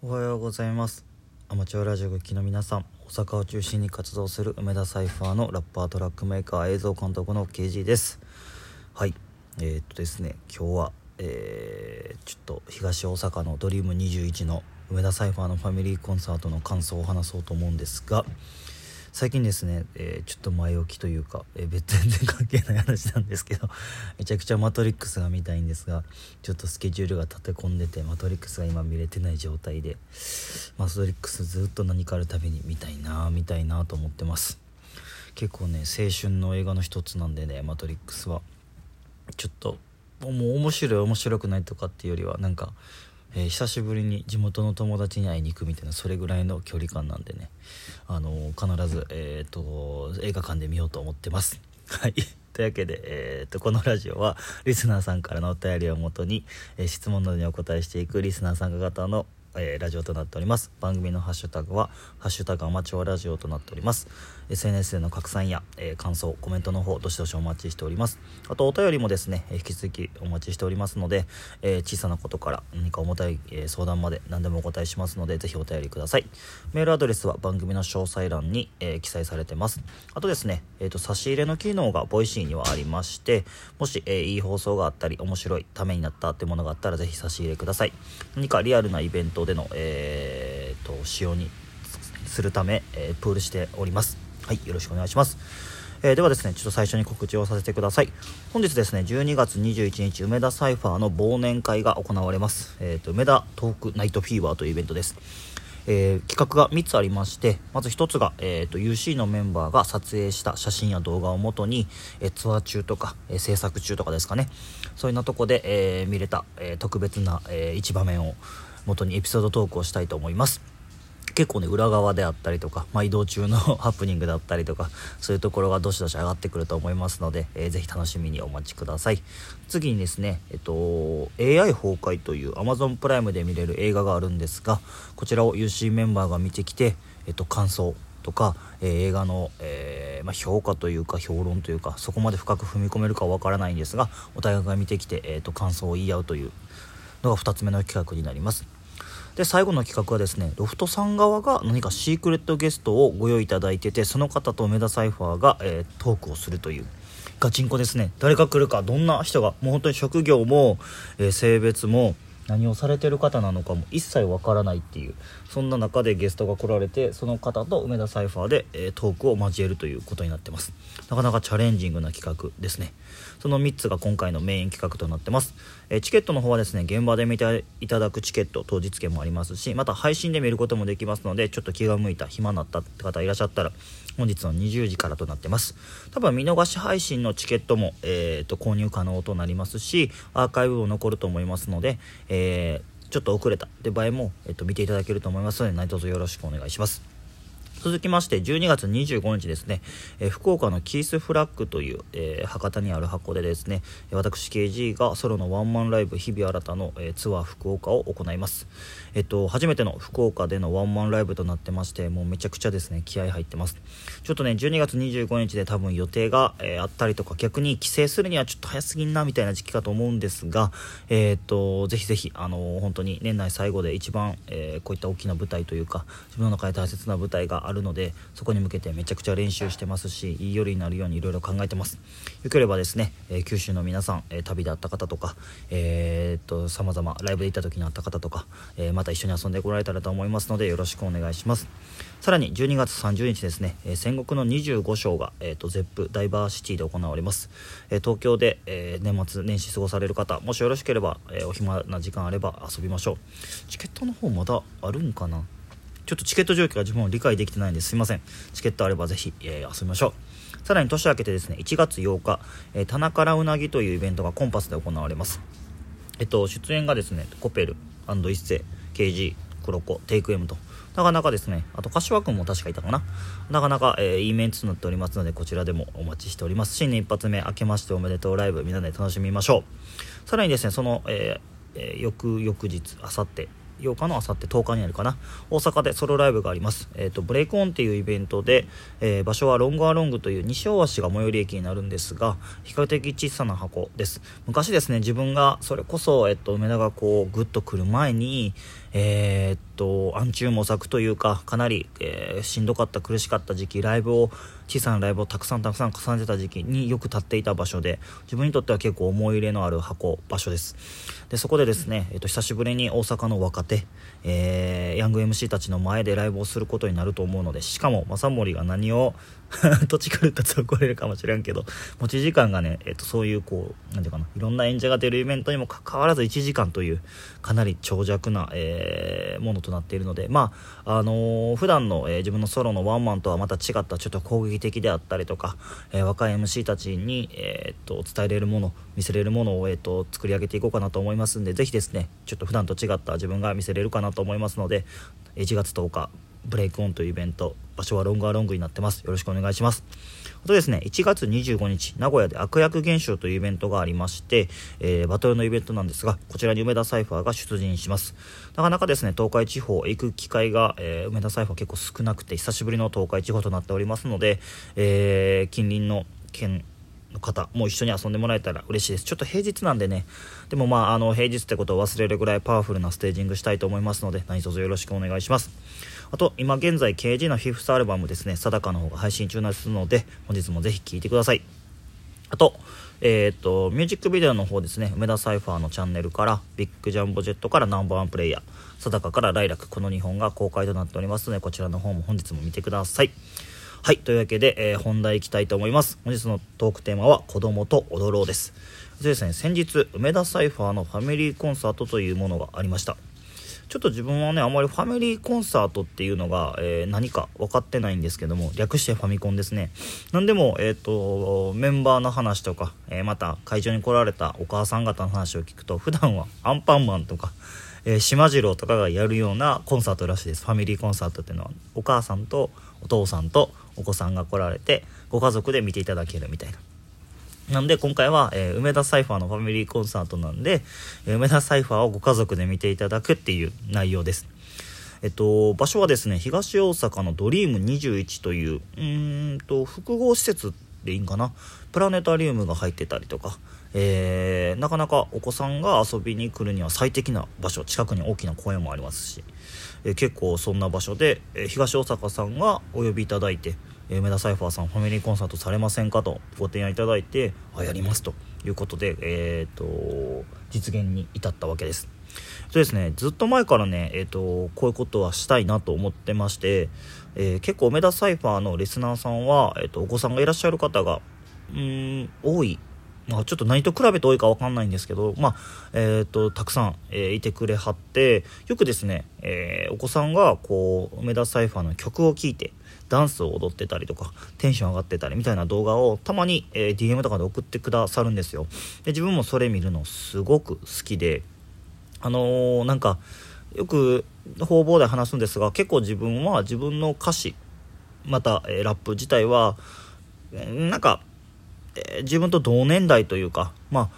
おはようございます。アマチュアラジオ劇の皆さん、大阪を中心に活動する梅田サイファーのラッパートラックメーカー映像監督の KG です。はい、ですね、今日は、ちょっと東大阪のドリーム21の梅田サイファーのファミリーコンサートの感想を話そうと思うんですが、最近ですね、ちょっと前置きというか、全然関係ない話なんですけどめちゃくちゃマトリックスが見たいんですが、ちょっとスケジュールが立て込んでてマトリックスが今見れてない状態で、マトリックスずっと何かあるたびに見たいなと思ってます。結構ね、青春の映画の一つなんでね、マトリックスはちょっともう面白くないとかっていうよりはなんか、久しぶりに地元の友達に会いに行くみたいな、それぐらいの距離感なんでね、必ず、映画館で見ようと思ってます。はいというわけで、このラジオはリスナーさんからのお便りをもとに、質問などにお答えしていくリスナー参加型のラジオとなっております。番組のハッシュタグはハッシュタグアマチュアラジオとなっております。 SNS での拡散や、感想コメントの方どしどしお待ちしております。あとお便りもですね、引き続きお待ちしておりますので、小さなことから何か重たい、相談まで何でもお答えしますので、ぜひお便りください。メールアドレスは番組の詳細欄に、記載されてます。あとですね、差し入れの機能がボイシーにはありまして、もし、いい放送があったり面白いためになったってものがあったらぜひ差し入れください。何かリアルなイベントでの、使用にするため、プールしております。はい、よろしくお願いします。ではですね、ちょっと最初に告知をさせてください。本日ですね、12月21日梅田サイファーの忘年会が行われます。梅田トークナイトフィーバーというイベントです。企画が3つありまして、まず1つが、UC のメンバーが撮影した写真や動画をもとに、ツアー中とか、制作中とかですかね、そういうようなとこで、見れた、特別な、一場面を元にエピソードトークをしたいと思います。結構ね、裏側であったりとか、移動中のハプニングだったりとか、そういうところがどしどし上がってくると思いますので、ぜひ楽しみにお待ちください。次にですね、AI 崩壊という Amazon プライムで見れる映画があるんですが、こちらを UC メンバーが見てきて、感想とか、映画の、評価というか評論というか、そこまで深く踏み込めるかわからないんですが、お互いが見てきて、感想を言い合うというのが2つ目の企画になります。で、最後の企画はですね、ロフトさん側が何かシークレットゲストをご用意いただいてて、その方と梅田サイファーが、トークをするというガチンコですね。誰が来るか、どんな人が、もう本当に職業も、性別も何をされてる方なのかも一切わからないっていう、そんな中でゲストが来られて、その方と梅田サイファーで、トークを交えるということになってます。なかなかチャレンジングな企画ですね。その3つが今回のメイン企画となってます。チケットの方はですね、現場で見ていただくチケット当日券もありますし、また配信で見ることもできますので、ちょっと気が向いた暇になったって方いらっしゃったら本日の20時からとなってます。多分見逃し配信のチケットも、購入可能となりますし、アーカイブも残ると思いますので、ちょっと遅れたって場合も、見ていただけると思いますので、何卒よろしくお願いします。続きまして12月25日ですね、福岡のキースフラッグという、博多にある箱でですね、私 KG がソロのワンマンライブ日々新たの、ツアー福岡を行います。初めての福岡でのワンマンライブとなってまして、もうめちゃくちゃですね、気合入ってます。ちょっとね、12月25日で多分予定が、あったりとか、逆に帰省するにはちょっと早すぎんなみたいな時期かと思うんですが、ぜひぜひ本当に年内最後で一番、こういった大きな舞台というか、自分の中で大切な舞台があるので、そこに向けてめちゃくちゃ練習してますし、いい夜になるようにいろいろ考えてます。よければですね、九州の皆さん、旅で会った方とか、様々ライブで行った時に会った方とか、また一緒に遊んでこられたらと思いますので、よろしくお願いします。さらに12月30日ですね、戦国の25章が、ZEP ダイバーシティで行われます。東京で、年末年始過ごされる方、もしよろしければ、お暇な時間あれば遊びましょう。チケットの方まだあるんかな、ちょっとチケット状況が自分は理解できてないんですいません。チケットあればぜひ、遊びましょう。さらに年明けてですね、1月8日、田中らうなぎというイベントがコンパスで行われます。出演がですね、コペル、一世、KG、黒子、テイク M と、なかなかですね、あと柏君も確かいたかな、なかなか、いいメンツになっておりますので、こちらでもお待ちしております。新年一発目明けましておめでとうライブ、みんなで楽しみましょう。さらにですね、その、翌日、あさって8日のあさって10日にあるかな、大阪でソロライブがあります。ブレイクオンっていうイベントで、場所はロングアロングという西大橋が最寄り駅になるんですが、比較的小さな箱です。昔ですね、自分がそれこそ、梅田がこうグッと来る前に、 暗中模索というか、かなり、しんどかった苦しかった時期、小さなライブをたくさん重ねてた時期によく立っていた場所で、自分にとっては結構思い入れのある場所です。でそこでですね、久しぶりに大阪の若手、ヤング MC たちの前でライブをすることになると思うので、しかも正森が何を土地狂ったつ怒れるかもしれんけど、持ち時間がね、そういうなんていうかな、いろんな演者が出るイベントにもかかわらず1時間というかなり長尺な、ものとなっているので、普段の、自分のソロのワンマンとはまた違ったちょっと攻撃的であったりとか、若い MC たちに、伝えれるもの、見せれるものを、作り上げていこうかなと思いますんで、ぜひですね、ちょっと普段と違った自分が見せれるかなと思いますので、1月10日ブレイクオンというイベント、場所はロングになってます。よろしくお願いします。あとですね、1月25日名古屋で悪役現象というイベントがありまして、バトルのイベントなんですが、こちらに梅田サイファーが出陣します。なかなかですね、東海地方へ行く機会が、梅田サイファー結構少なくて、久しぶりの東海地方となっておりますので、近隣の県の方も一緒に遊んでもらえたら嬉しいです。ちょっと平日なんでね、でも平日ってことを忘れるぐらいパワフルなステージングしたいと思いますので、何卒よろしくお願いします。あと今現在 KG のフィフスアルバムですね、定かの方が配信中ですので、本日もぜひ聴いてください。あとミュージックビデオの方ですね、梅田サイファーのチャンネルからビッグジャンボジェットからナンバーワンプレイヤー、定かからライラク、この2本が公開となっておりますので、こちらの方も本日も見てください。はい、というわけで、本題いきたいと思います。本日のトークテーマは子供と踊ろうです。でですね、先日梅田サイファーのファミリーコンサートというものがありました。ちょっと自分はね、あまりファミリーコンサートっていうのが、何か分かってないんですけども、略してファミコンですね。なんでも、メンバーの話とか、また会場に来られたお母さん方の話を聞くと、普段はアンパンマンとか、島次郎とかがやるようなコンサートらしいです。ファミリーコンサートっていうのはお母さんとお父さんとお子さんが来られて、ご家族で見ていただけるみたいな。なんで今回は、梅田サイファーのファミリーコンサートなんで、梅田サイファーをご家族で見ていただくっていう内容です。場所はですね、東大阪のドリーム21という複合施設でいいんかな、プラネタリウムが入ってたりとか、なかなかお子さんが遊びに来るには最適な場所、近くに大きな公園もありますし、結構そんな場所で、東大阪さんがお呼びいただいて、梅田サイファーさんファミリーコンサートされませんかとご提案いただいて、やりますということで、実現に至ったわけです。そうですね、ずっと前からね、こういうことはしたいなと思ってまして、結構梅田サイファーのリスナーさんは、お子さんがいらっしゃる方が多い、ちょっと何と比べて多いか分かんないんですけど、たくさん、いてくれはって、よくですね、お子さんが梅田サイファーの曲を聴いてダンスを踊ってたりとかテンション上がってたりみたいな動画をたまに、DM とかで送ってくださるんですよ。で自分もそれ見るのすごく好きで、なんかよく方々で話すんですが、結構自分は自分の歌詞また、ラップ自体はなんか自分と同年代というか、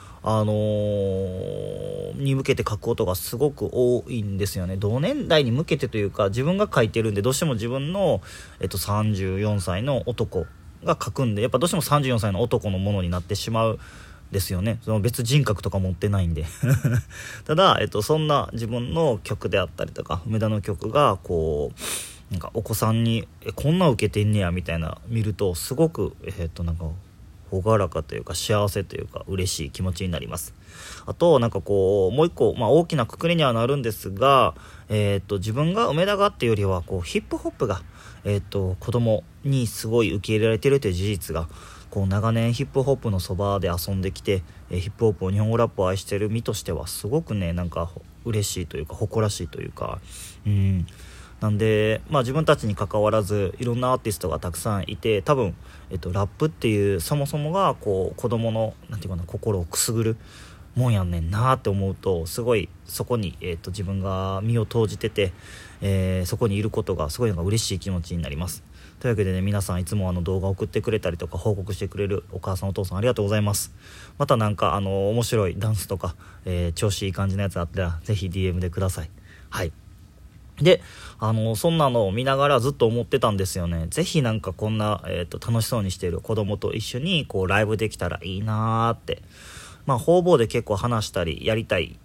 に向けて書くことがすごく多いんですよね。同年代に向けてというか、自分が書いてるんで、どうしても自分の、34歳の男が書くんで、やっぱどうしても34歳の男のものになってしまうですよね。その別人格とか持ってないんでただ、そんな自分の曲であったりとか、梅田の曲がなんかお子さんにこんな受けてんねやみたいな見ると、すごくなんか朗らかというか幸せというか嬉しい気持ちになります。あとなんかもう一個、大きな括りにはなるんですが、自分が梅田がっていうよりはヒップホップが、子供にすごい受け入れられているという事実が、長年ヒップホップのそばで遊んできて、ヒップホップを日本語ラップを愛している身としてはすごくね、なんか嬉しいというか誇らしいというか、なんで、自分たちに関わらずいろんなアーティストがたくさんいて、多分、ラップっていうそもそもが子供のなんていうかな、心をくすぐるもんやんねんなって思うと、すごいそこに、自分が身を投じてて、そこにいることがすごい嬉しい気持ちになります。というわけでね、皆さんいつも動画を送ってくれたりとか報告してくれるお母さんお父さんありがとうございます。またなんか面白いダンスとか、調子いい感じのやつあったらぜひ DM でください。はい。でそんなのを見ながらずっと思ってたんですよね。ぜひなんかこんな、楽しそうにしている子供と一緒にライブできたらいいなーって、方々で結構話したりやりたい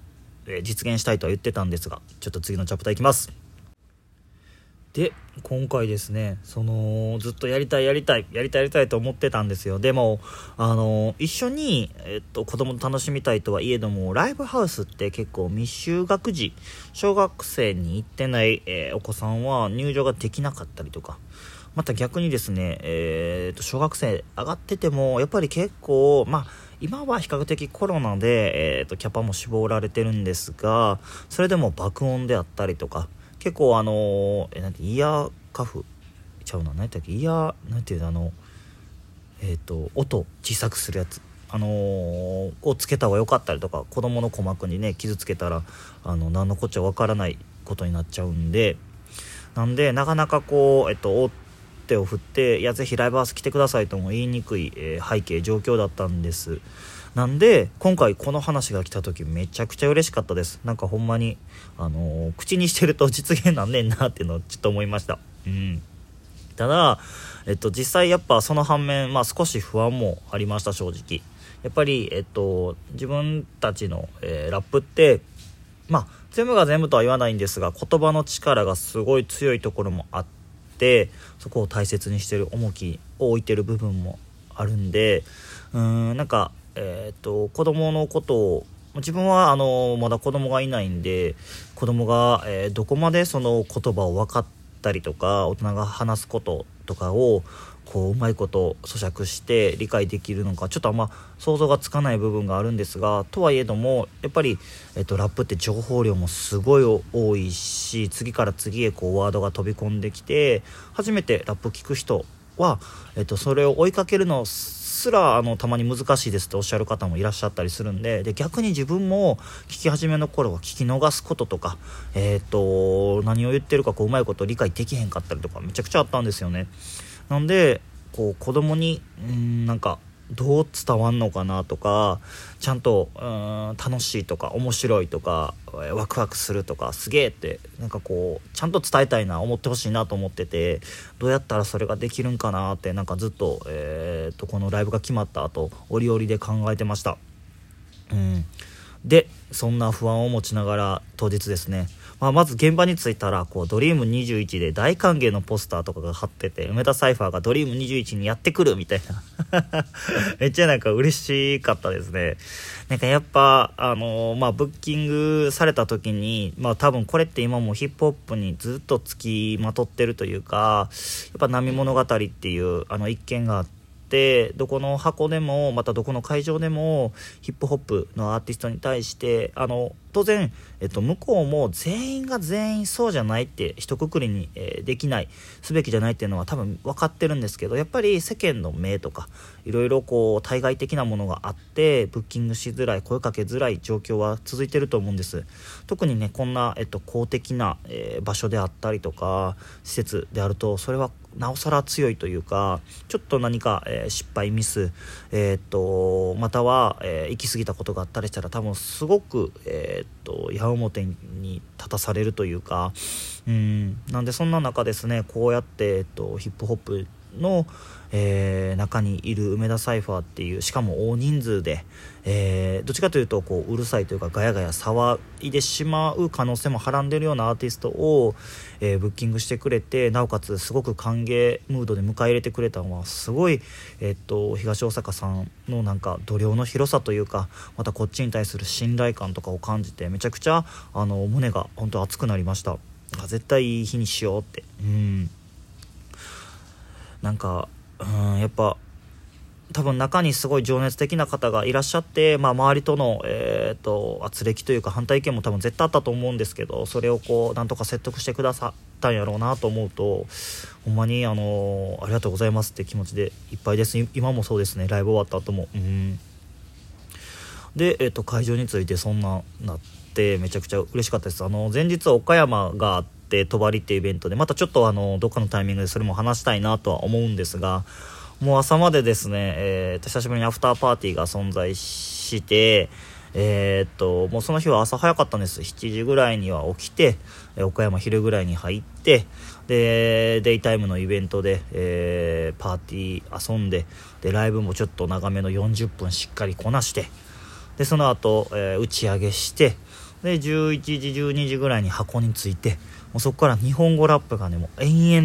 実現したいとは言ってたんですが、ちょっと次のチャプターいきます。で今回ですね、ずっとやりたいと思ってたんですよ。でも一緒に、子供と楽しみたいとはいえども、ライブハウスって結構未就学児、小学生に行ってない、お子さんは入場ができなかったりとか、また逆にですね、小学生上がっててもやっぱり結構今は比較的コロナで、キャパも絞られてるんですが、それでも爆音であったりとか、結構なんてイヤーカフちゃうな、何やったっけ、イヤーなんていうの、音小さくするやつ、をつけた方が良かったりとか、子供の鼓膜にね傷つけたら何のこっちゃわからないことになっちゃうんで、なんでなかなかこう大手を振っていやぜひライブハウス来てくださいとも言いにくい、背景状況だったんです。なんで今回この話が来た時めちゃくちゃ嬉しかったです。なんかほんまに口にしてると実現なんねんなっていうのをちょっと思いました。ただ実際やっぱその反面、少し不安もありました。正直やっぱり自分たちの、ラップって全部が全部とは言わないんですが、言葉の力がすごい強いところもあって、そこを大切にしてる、重きを置いてる部分もあるんで、なんか子供のことを、自分はまだ子供がいないんで、子供が、どこまでその言葉を分かったりとか、大人が話すこととかをこううまいこと咀嚼して理解できるのか、ちょっと想像がつかない部分があるんですが、とはいえどもやっぱり、ラップって情報量もすごい多いし、次から次へこうワードが飛び込んできて、初めてラップ聞く人は、それを追いかけるのすらたまに難しいですっておっしゃる方もいらっしゃったりするんで、逆に自分も聞き始めの頃は聞き逃すこととか、何を言ってるかこううまいこと理解できへんかったりとかめちゃくちゃあったんですよね。なんでこう子供になんかどう伝わんのかなとか、ちゃんと楽しいとか面白いとかワクワクするとかすげえってなんかこうちゃんと伝えたいな、思ってほしいなと思ってて、どうやったらそれができるんかなってなんかずっと、このライブが決まった後折々で考えてました。でそんな不安を持ちながら当日ですね、まず現場に着いたらこうドリーム21で大歓迎のポスターとかが貼ってて、梅田サイファーがドリーム21にやってくるみたいなめっちゃなんか嬉しかったですね。なんかやっぱブッキングされた時に多分これって今もヒップホップにずっとつきまとってるというか、やっぱ波物語っていう一見があって、どこの箱でもまたどこの会場でもヒップホップのアーティストに対して当然、向こうも全員が全員そうじゃないって一括りに、できないすべきじゃないっていうのは多分分かってるんですけど、やっぱり世間の目とかいろいろこう対外的なものがあってブッキングしづらい、声かけづらい状況は続いてると思うんです。特にねこんな、公的な、場所であったりとか施設であると、それはなおさら強いというか、ちょっと何か、失敗ミス、または、行き過ぎたことがあったりしたら多分すごく、矢面に立たされるというか、なんでそんな中ですね、こうやって、ヒップホップの、中にいる梅田サイファーっていう、しかも大人数で、どっちかというとこううるさいというかガヤガヤ騒いでしまう可能性もはらんでるようなアーティストを、ブッキングしてくれて、なおかつすごく歓迎ムードで迎え入れてくれたのはすごい、東大阪さんのなんか度量の広さというか、またこっちに対する信頼感とかを感じてめちゃくちゃ胸が本当熱くなりました。絶対いい日にしようって。なんかやっぱ多分中にすごい情熱的な方がいらっしゃって、周りとの、圧力というか反対意見も多分絶対あったと思うんですけど、それをこうなんとか説得してくださったんやろうなと思うと、ほんまにありがとうございますって気持ちでいっぱいです。今もそうですね、ライブ終わった後も。で、会場についてそんななってめちゃくちゃ嬉しかったです。前日岡山があってとばりっていうイベントで、またちょっとどっかのタイミングでそれも話したいなとは思うんですが、もう朝までですね、久しぶりにアフターパーティーが存在して、もうその日は朝早かったんです。7時ぐらいには起きて、岡山昼ぐらいに入って、でデイタイムのイベントで、パーティー遊んで、でライブもちょっと長めの40分しっかりこなして、でその後、打ち上げして、 で11時12時ぐらいに箱に着いて、もうそこから日本語ラップがねもう延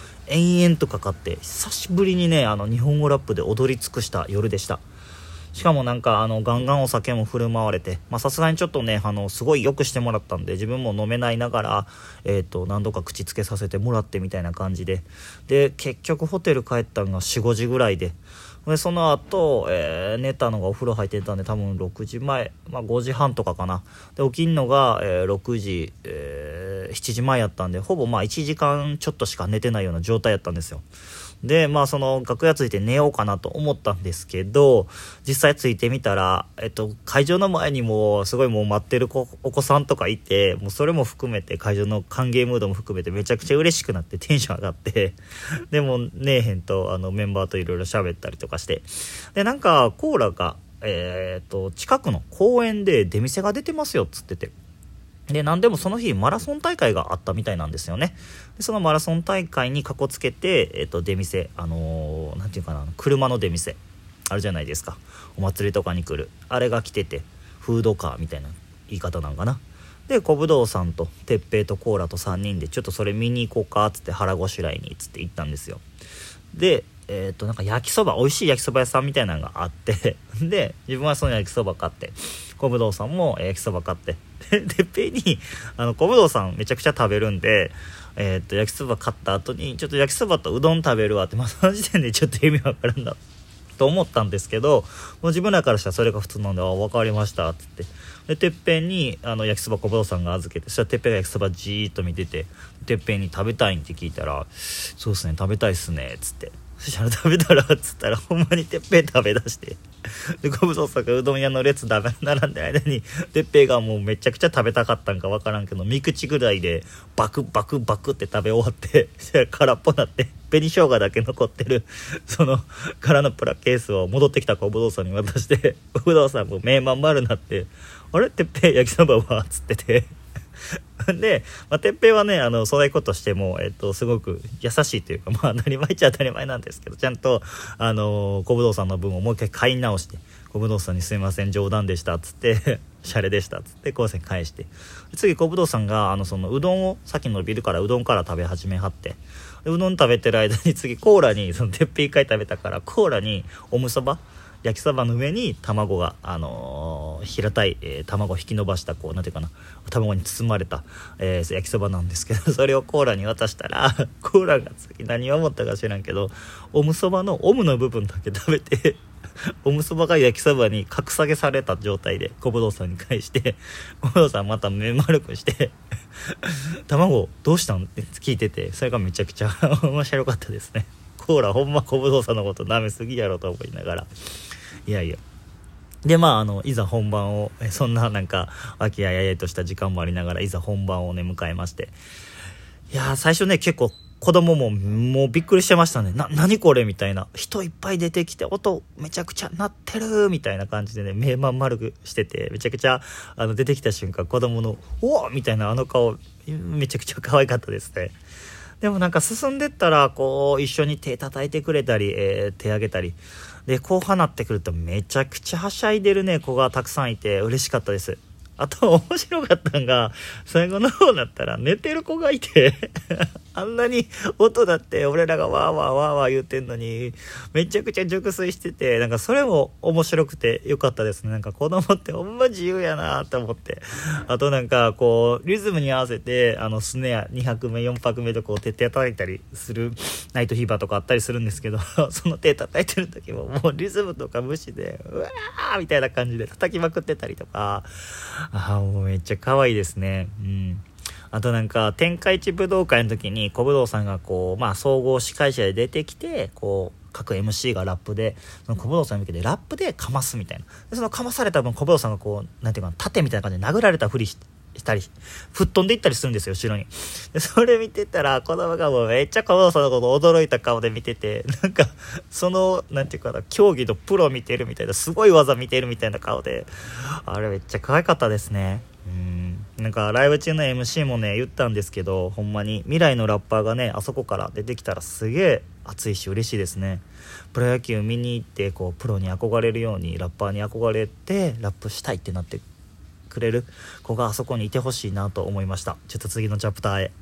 々とかかって、久しぶりにね日本語ラップで踊り尽くした夜でした。しかもなんかガンガンお酒も振る舞われて、さすがにちょっとねすごいよくしてもらったんで、自分も飲めないながら何度か口つけさせてもらってみたいな感じで、結局ホテル帰ったのが 4,5 時ぐらいで、その後、寝たのがお風呂入ってたんで多分6時前、5時半とかかな。で起きんのが、6時、7時前やったんで、ほぼ1時間ちょっとしか寝てないような状態やったんですよ。でその楽屋着いて寝ようかなと思ったんですけど、実際着いてみたら、会場の前にもすごいもう待ってるお子さんとかいて、もうそれも含めて会場の歓迎ムードも含めてめちゃくちゃ嬉しくなってテンション上がってでもねえへんとメンバーといろいろ喋ったりとかして、でなんかコーラが、近くの公園で出店が出てますよっつってて、で何でもその日マラソン大会があったみたいなんですよね。でそのマラソン大会にかこつけて、出店なんていうかな、車の出店あるじゃないですか、お祭りとかに来るあれが来てて、フードカーみたいな言い方なんかな。で小ぶどうさんと鉄平とコーラと3人でちょっとそれ見に行こうかっつって、腹ごしらえにっつって行ったんですよ。でなんか焼きそば、美味しい焼きそば屋さんみたいなのがあってで自分はその焼きそば買って、小ぶどうさんも焼きそば買って、でっぺいに小ぶどうさんめちゃくちゃ食べるんで、焼きそば買った後にちょっと焼きそばとうどん食べるわって、その時点でちょっと意味わからんなと思ったんですけど、もう自分らからしたらそれが普通なんで、分かりましたっつって、でてっぺんに焼きそば小ぶどうさんが預けて、そしたらてっぺんが焼きそばじーっと見てて、てっぺんに食べたいんって聞いたら、そうっすね食べたいっすねっつって、そしたら食べたらっつったら、ほんまにてっぺん食べ出して、で小ぶどうさんがうどん屋の列並んでる間にてっぺんがもうめちゃくちゃ食べたかったんか分からんけど、3口ぐらいでバクバクバクって食べ終わって、空っぽなって紅生姜だけ残ってるその空のプラケースを戻ってきた小ぶどうさんに渡して、小ぶどうさんも目まん丸になって、あれてっぺん焼きそばはっつっててで、てっぺいはねそういうことしても、すごく優しいというか、当たり前っちゃ当たり前なんですけど、ちゃんと小ぶどうさんの分をもう一回買い直して、小ぶどうさんにすいません冗談でしたっつってシャレでしたっつって後世返して、次小ぶどうさんがそのうどんをさっきのビルからうどんから食べ始めはって、うどん食べてる間に次コーラに、そのてっぺい一回食べたからコーラにおむそば、焼きそばの上に卵が、平たい、卵を引き伸ばしたなんていうかな、卵に包まれた、焼きそばなんですけど、それをコーラに渡したらコーラが次何を思ったか知らんけど、おむそばのオムの部分だけ食べておむそばが焼きそばに格下げされた状態で小ぶどうさんに返して、小ぶどうさんまた目丸くして卵どうしたんって聞いてて、それがめちゃくちゃ面白かったですね。コーラほんま小ぶどうさんのこと舐めすぎやろと思いながら、いやいやでいざ本番を、そんななんか和気あいあいとした時間もありながら、いざ本番をね迎えまして、いや最初ね結構子供ももうびっくりしてましたね。何これみたいな、人いっぱい出てきて音めちゃくちゃ鳴ってるみたいな感じでね、目まん丸くしてて、めちゃくちゃ出てきた瞬間子供のおーみたいな顔めちゃくちゃ可愛かったですね。でもなんか進んでったら一緒に手叩いてくれたり、手挙げたりで、後半なってくるとめちゃくちゃはしゃいでるね子がたくさんいて嬉しかったです。あと面白かったんが、最後の方だったら寝てる子がいてあんなに音だって俺らがワーワーワーワー言ってんのにめちゃくちゃ熟睡してて、なんかそれも面白くてよかったですね。なんか子供ってほんま自由やなと思って、あとなんかリズムに合わせてスネア2拍目4拍目で手叩いたりするナイトヒーバーとかあったりするんですけどその手叩いてる時ももうリズムとか無視でうわーみたいな感じで叩きまくってたりとか、もうめっちゃ可愛いですね。あとなんか天下一武道会の時に小武道さんが総合司会者で出てきて各 MC がラップでその小武道さんに向けてラップでかますみたいな、でそのかまされた分小武道さんがなんていうか盾みたいな感じで殴られたふりしたり吹っ飛んでいったりするんですよ後ろに。でそれ見てたら子供がもうめっちゃ小武道さんのこと驚いた顔で見てて、なんかそのなんていうかな、競技のプロ見てるみたいな、すごい技見てるみたいな顔で、あれめっちゃ可愛かったですね。なんかライブ中の MC もね言ったんですけど、ほんまに未来のラッパーがねあそこから出てきたらすげえ熱いし嬉しいですね。プロ野球見に行ってプロに憧れるようにラッパーに憧れてラップしたいってなってくれる子があそこにいてほしいなと思いました。ちょっと次のチャプターへ。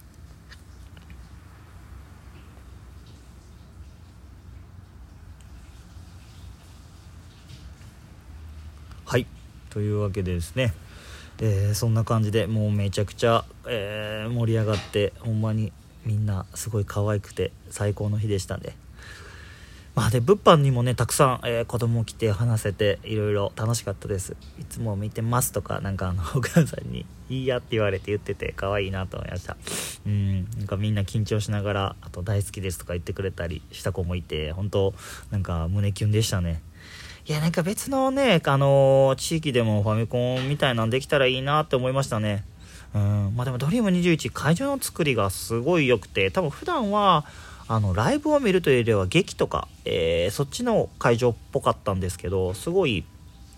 はい、というわけでですね、そんな感じでもうめちゃくちゃ、盛り上がって、ほんまにみんなすごい可愛くて最高の日でしたね。で物販にもねたくさん、子供来て話せていろいろ楽しかったです。いつも見てますとか、なんかお母さんにいいやって言われて言ってて可愛いなと思いました。なんかみんな緊張しながら、あと大好きですとか言ってくれたりした子もいて、本当なんか胸キュンでしたね。いや、なんか別のね、地域でもファミコンみたいなんできたらいいなって思いましたね。でもドリーム21会場の作りがすごい良くて、多分普段はライブを見るというよりは劇とか、そっちの会場っぽかったんですけど、すごい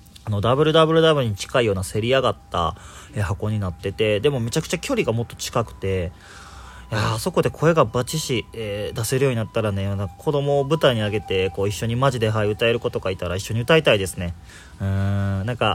WWW に近いようなせり上がった、箱になってて、でもめちゃくちゃ距離がもっと近くて、あそこで声がバチし、出せるようになったらね、なんか子供を舞台に上げてこう一緒にマジで、歌える子とかいたら一緒に歌いたいですね。なんか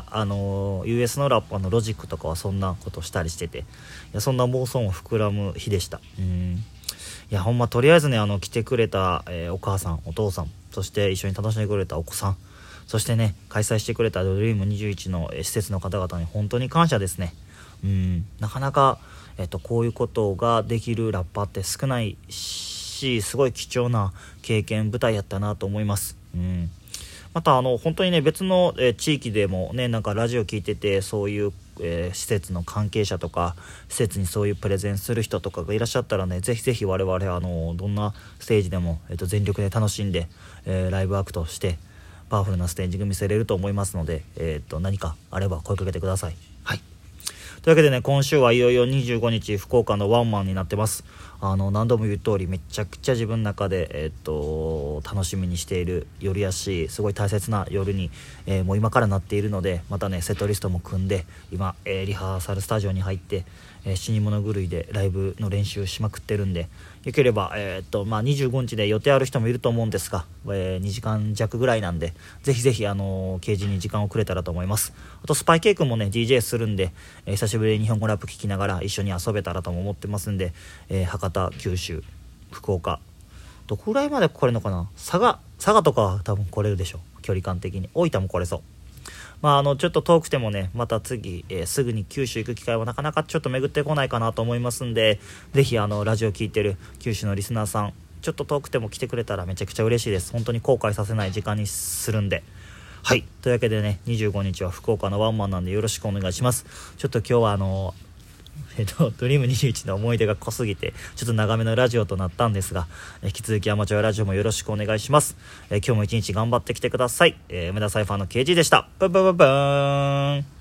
US のラッパーのロジックとかはそんなことしたりしてて、いやそんな妄想も膨らむ日でした。いやほんまとりあえずね、来てくれた、お母さんお父さん、そして一緒に楽しんでくれたお子さん、そしてね開催してくれたドリーム21の、施設の方々に本当に感謝ですね。なかなか、こういうことができるラッパーって少ないし、すごい貴重な経験舞台やったなと思います。また本当にね別の、地域でもねなんかラジオ聞いてて、そういう、施設の関係者とか施設にそういうプレゼンする人とかがいらっしゃったらね、ぜひぜひ我々どんなステージでも、全力で楽しんで、ライブアクトしてパワフルなステージング見せれると思いますので、何かあれば声かけてください。というわけでね、今週はいよいよ25日福岡のワンマンになってます。何度も言う通りめちゃくちゃ自分の中で、楽しみにしている夜やし、すごい大切な夜に、もう今からなっているので、またねセットリストも組んで今、リハーサルスタジオに入って、死に物狂いでライブの練習しまくってるんで、よければ、25日で予定ある人もいると思うんですが、2時間弱ぐらいなんで、ぜひぜひケージに時間をくれたらと思います。あとスパイケイ君もね DJ するんで、久しぶりに日本語ラップ聞きながら一緒に遊べたらとも思ってますんで、博多、九州、福岡どこぐらいまで来れるのかな。佐賀とかは多分来れるでしょう、距離感的に。大分も来れそう。ちょっと遠くてもね、また次、すぐに九州行く機会はなかなかちょっと巡ってこないかなと思いますんで、ぜひラジオ聞いてる九州のリスナーさん、ちょっと遠くても来てくれたらめちゃくちゃ嬉しいです。本当に後悔させない時間にするんで。はい、というわけでね、25日は福岡のワンマンなんでよろしくお願いします。ちょっと今日はドリーム21の思い出が濃すぎてちょっと長めのラジオとなったんですが、引き続きアマチュアラジオもよろしくお願いします。今日も一日頑張ってきてください。梅田サイファーの KG でした。バイバイバイバーン。